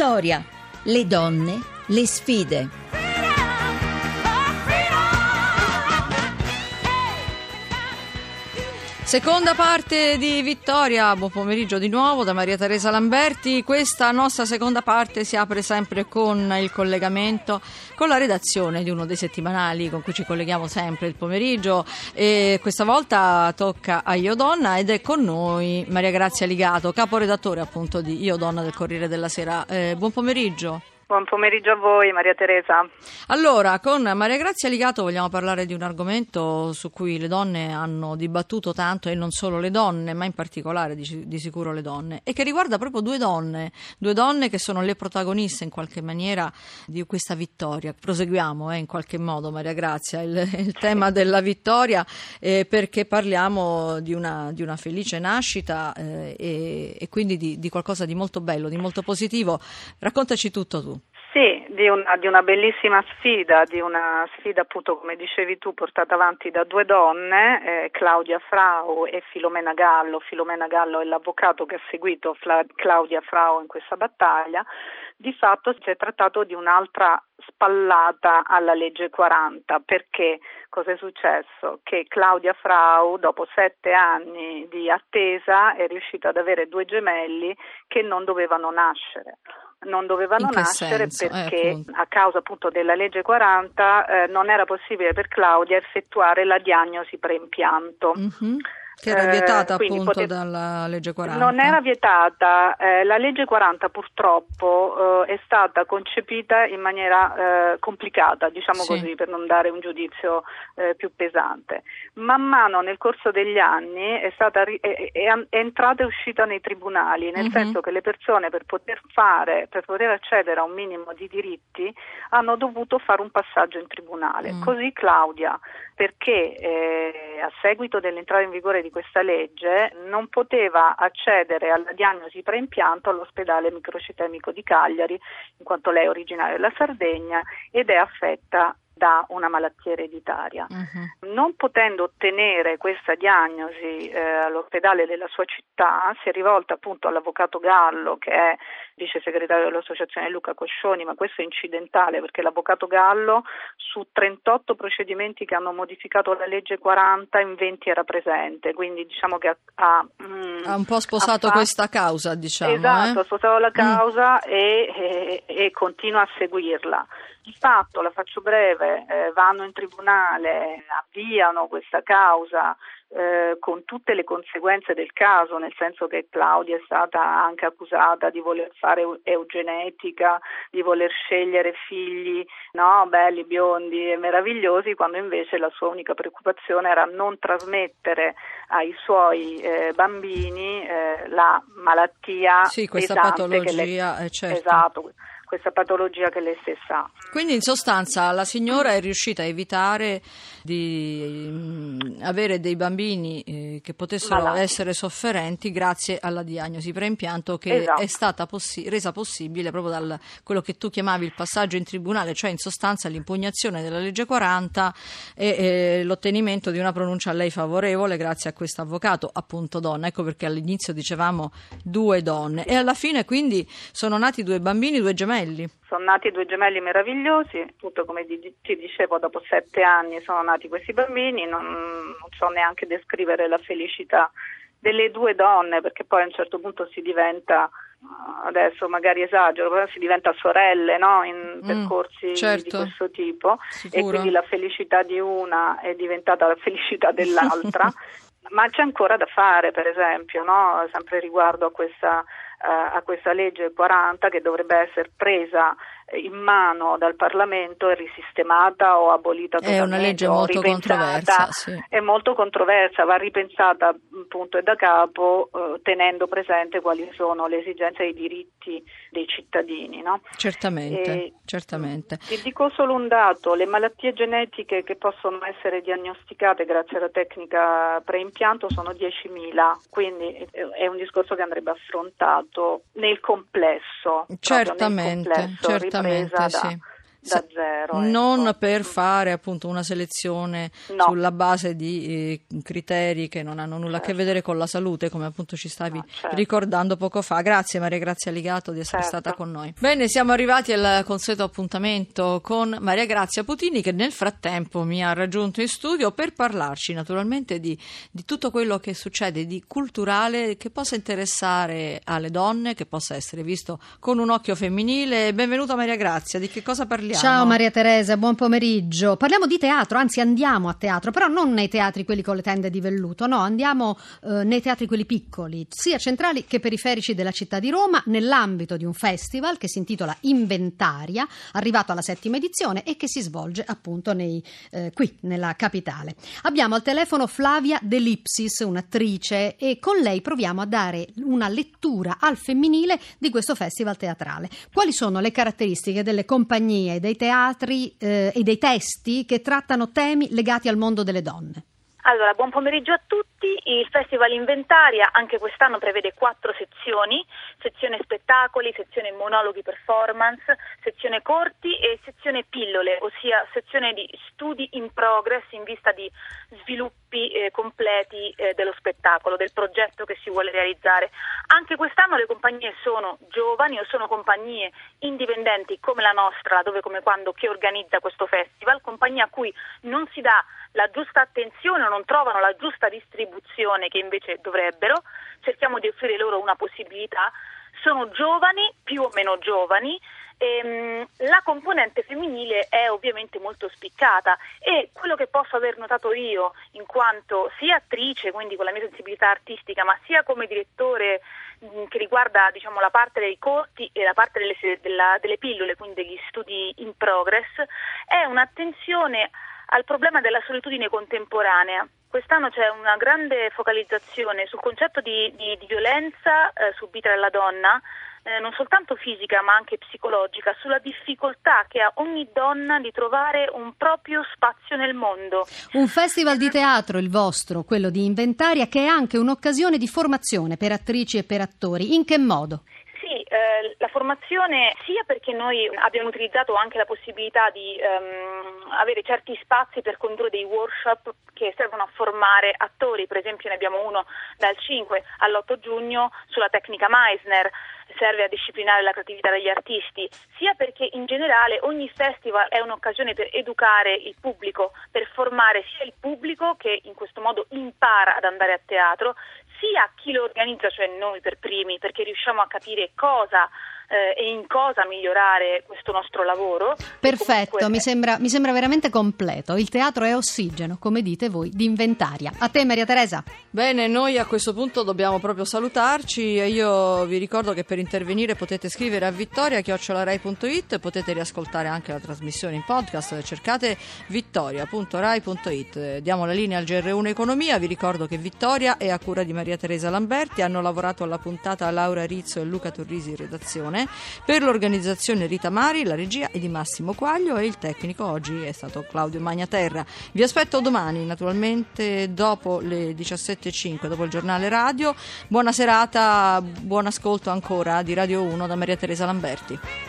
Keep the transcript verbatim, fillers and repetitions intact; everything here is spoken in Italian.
Vittoria, le donne, le sfide. Seconda parte di Vittoria, buon pomeriggio di nuovo da Maria Teresa Lamberti. Questa nostra seconda parte si apre sempre con il collegamento con la redazione di uno dei settimanali con cui ci colleghiamo sempre il pomeriggio, e questa volta tocca a Io Donna ed è con noi Maria Grazia Ligato, caporedattore appunto di Io Donna del Corriere della Sera. Eh, buon pomeriggio. Buon pomeriggio a voi, Maria Teresa. Allora, con Maria Grazia Ligato vogliamo parlare di un argomento su cui le donne hanno dibattuto tanto, e non solo le donne, ma in particolare di, di sicuro le donne, e che riguarda proprio due donne, due donne che sono le protagoniste in qualche maniera di questa vittoria. Proseguiamo eh, in qualche modo, Maria Grazia, il, il tema della vittoria, eh, perché parliamo di una, di una felice nascita eh, e, e quindi di, di qualcosa di molto bello, di molto positivo. Raccontaci tutto tu. Sì, di una, di una bellissima sfida, di una sfida appunto, come dicevi tu, portata avanti da due donne, eh, Claudia Frau e Filomena Gallo. Filomena Gallo è l'avvocato che ha seguito Fla- Claudia Frau in questa battaglia. Di fatto si è trattato di un'altra spallata alla legge quaranta, perché cosa è successo? Che Claudia Frau, dopo sette anni di attesa, è riuscita ad avere due gemelli che non dovevano nascere. Non dovevano nascere senso? perché eh, a causa appunto della legge quaranta eh, non era possibile per Claudia effettuare la diagnosi preimpianto. Mm-hmm. Che era vietata eh, appunto pote... dalla legge quaranta. Non era vietata, eh, la legge quaranta purtroppo eh, è stata concepita in maniera eh, complicata, diciamo sì. così, per non dare un giudizio eh, più pesante. Man mano nel corso degli anni è stata ri- è, è, è entrata e uscita nei tribunali, nel mm-hmm. senso che le persone per poter fare, per poter accedere a un minimo di diritti hanno dovuto fare un passaggio in tribunale. Mm. Così Claudia, perché eh, a seguito dell'entrata in vigore di questa legge non poteva accedere alla diagnosi preimpianto all'ospedale microcitemico di Cagliari, in quanto lei è originaria della Sardegna ed è affetta da una malattia ereditaria. Uh-huh. Non potendo ottenere questa diagnosi eh, all'ospedale della sua città, si è rivolta appunto all'avvocato Gallo, che è vice segretario dell'associazione Luca Coscioni, ma questo è incidentale perché l'avvocato Gallo su trentotto procedimenti che hanno modificato la legge quaranta in venti era presente, quindi diciamo che ha, ha, mm, ha un po' sposato ha questa causa, diciamo. Esatto, eh? ha sposato la causa mm. e, e, e continua a seguirla. Di fatto, la faccio breve, eh, vanno in tribunale, avviano questa causa eh, con tutte le conseguenze del caso, nel senso che Claudia è stata anche accusata di voler fare eugenetica, di voler scegliere figli no, belli, biondi e meravigliosi, quando invece la sua unica preoccupazione era non trasmettere ai suoi eh, bambini eh, la malattia sì, questa pesante patologia, che lei, eh, certo. Esatto, questa patologia che lei stessa ha. Quindi in sostanza la signora è riuscita a evitare di mh, avere dei bambini eh, che potessero Malati. essere sofferenti grazie alla diagnosi preimpianto che esatto. è stata possi- resa possibile proprio dal quello che tu chiamavi il passaggio in tribunale, cioè in sostanza l'impugnazione della legge quaranta e eh, l'ottenimento di una pronuncia a lei favorevole grazie a questo avvocato appunto donna. Ecco perché all'inizio dicevamo due donne e alla fine quindi sono nati due bambini, due gemelli. Sono nati due gemelli meravigliosi, appunto come ti dicevo dopo sette anni sono nati questi bambini, non, non so neanche descrivere la felicità delle due donne, perché poi a un certo punto si diventa, adesso magari esagero, però si diventa sorelle, no? In percorsi mm, certo. di questo tipo. Sicuro. E quindi la felicità di una è diventata la felicità dell'altra. Ma c'è ancora da fare, per esempio, no? Sempre riguardo a questa a questa legge quaranta che dovrebbe essere presa in mano dal Parlamento e risistemata o abolita totalmente. È una legge molto controversa, sì. È molto controversa, va ripensata appunto e da capo eh, tenendo presente quali sono le esigenze e i diritti dei cittadini, no? Certamente, e, certamente. Ti dico solo un dato, le malattie genetiche che possono essere diagnosticate grazie alla tecnica preimpianto sono diecimila, quindi è un discorso che andrebbe affrontato nel complesso. Certamente, nel complesso, certamente, da, sì. da zero. Non ecco. per fare appunto una selezione no. sulla base di eh, criteri che non hanno nulla certo. a che vedere con la salute, come appunto ci stavi no, certo. ricordando poco fa. Grazie Maria Grazia Ligato di essere certo. stata con noi. Bene, siamo arrivati al consueto appuntamento con Maria Grazia Putini, che nel frattempo mi ha raggiunto in studio per parlarci naturalmente di, di tutto quello che succede di culturale che possa interessare alle donne, che possa essere visto con un occhio femminile. Benvenuta Maria Grazia, di che cosa parliamo? Ciao Maria Teresa, buon pomeriggio. Parliamo di teatro, anzi andiamo a teatro, però non nei teatri quelli con le tende di velluto, no, andiamo eh, nei teatri quelli piccoli, sia centrali che periferici della città di Roma, nell'ambito di un festival che si intitola Inventaria, arrivato alla settima edizione e che si svolge appunto nei, eh, qui nella capitale. Abbiamo al telefono Flavia De Lipsis, un'attrice, e con lei proviamo a dare una lettura al femminile di questo festival teatrale. Quali sono le caratteristiche delle compagnie, dei teatri eh, e dei testi che trattano temi legati al mondo delle donne? Allora, buon pomeriggio a tutti. Il Festival Inventaria anche quest'anno prevede quattro sezioni: sezione spettacoli, sezione monologhi performance, sezione corti e sezione pillole, ossia sezione di studi in progress in vista di sviluppi eh, completi eh, dello spettacolo, del progetto che si vuole realizzare. Anche quest'anno le compagnie sono giovani o sono compagnie indipendenti come la nostra, dove come quando, che organizza questo festival, compagnie a cui non si dà la giusta attenzione o non trovano la giusta distribuzione che invece dovrebbero. Cerchiamo di offrire loro una possibilità. Sono giovani, più o meno giovani, e, mh, la componente femminile è ovviamente molto spiccata, e quello che posso aver notato io in quanto sia attrice, quindi con la mia sensibilità artistica, ma sia come direttore mh, che riguarda diciamo la parte dei corti e la parte delle, della, delle pillole, quindi degli studi in progress, è un'attenzione al problema della solitudine contemporanea. Quest'anno c'è una grande focalizzazione sul concetto di, di, di violenza eh, subita dalla donna, eh, non soltanto fisica ma anche psicologica, sulla difficoltà che ha ogni donna di trovare un proprio spazio nel mondo. Un festival di teatro, il vostro, quello di Inventaria, che è anche un'occasione di formazione per attrici e per attori. In che modo? Sì, eh, la formazione sia perché noi abbiamo utilizzato anche la possibilità di ehm, avere certi spazi per condurre dei workshop che servono a formare attori. Per esempio ne abbiamo uno dal cinque all'otto giugno sulla tecnica Meisner, serve a disciplinare la creatività degli artisti, sia perché in generale ogni festival è un'occasione per educare il pubblico, per formare sia il pubblico che in questo modo impara ad andare a teatro, sia chi lo organizza, cioè noi per primi, perché riusciamo a capire cosa eh, e in cosa migliorare questo nostro lavoro. Perfetto, comunque... mi sembra, mi sembra veramente completo. Il teatro è ossigeno, come dite voi, di Inventaria. A te Maria Teresa. Bene, noi a questo punto dobbiamo proprio salutarci e io vi ricordo che per intervenire potete scrivere a vittoria chiocciola rai punto it, potete riascoltare anche la trasmissione in podcast, cercate vittoria punto rai punto it. Diamo la linea al G R uno Economia. Vi ricordo che Vittoria è a cura di Maria Teresa Lamberti, hanno lavorato alla puntata Laura Rizzo e Luca Torrisi in redazione, per l'organizzazione Rita Mari, la regia è di Massimo Quaglio e il tecnico oggi è stato Claudio Magnaterra. Vi aspetto domani naturalmente dopo le diciassette e cinque, dopo il giornale radio. Buona serata, buon ascolto ancora di Radio uno da Maria Teresa Lamberti.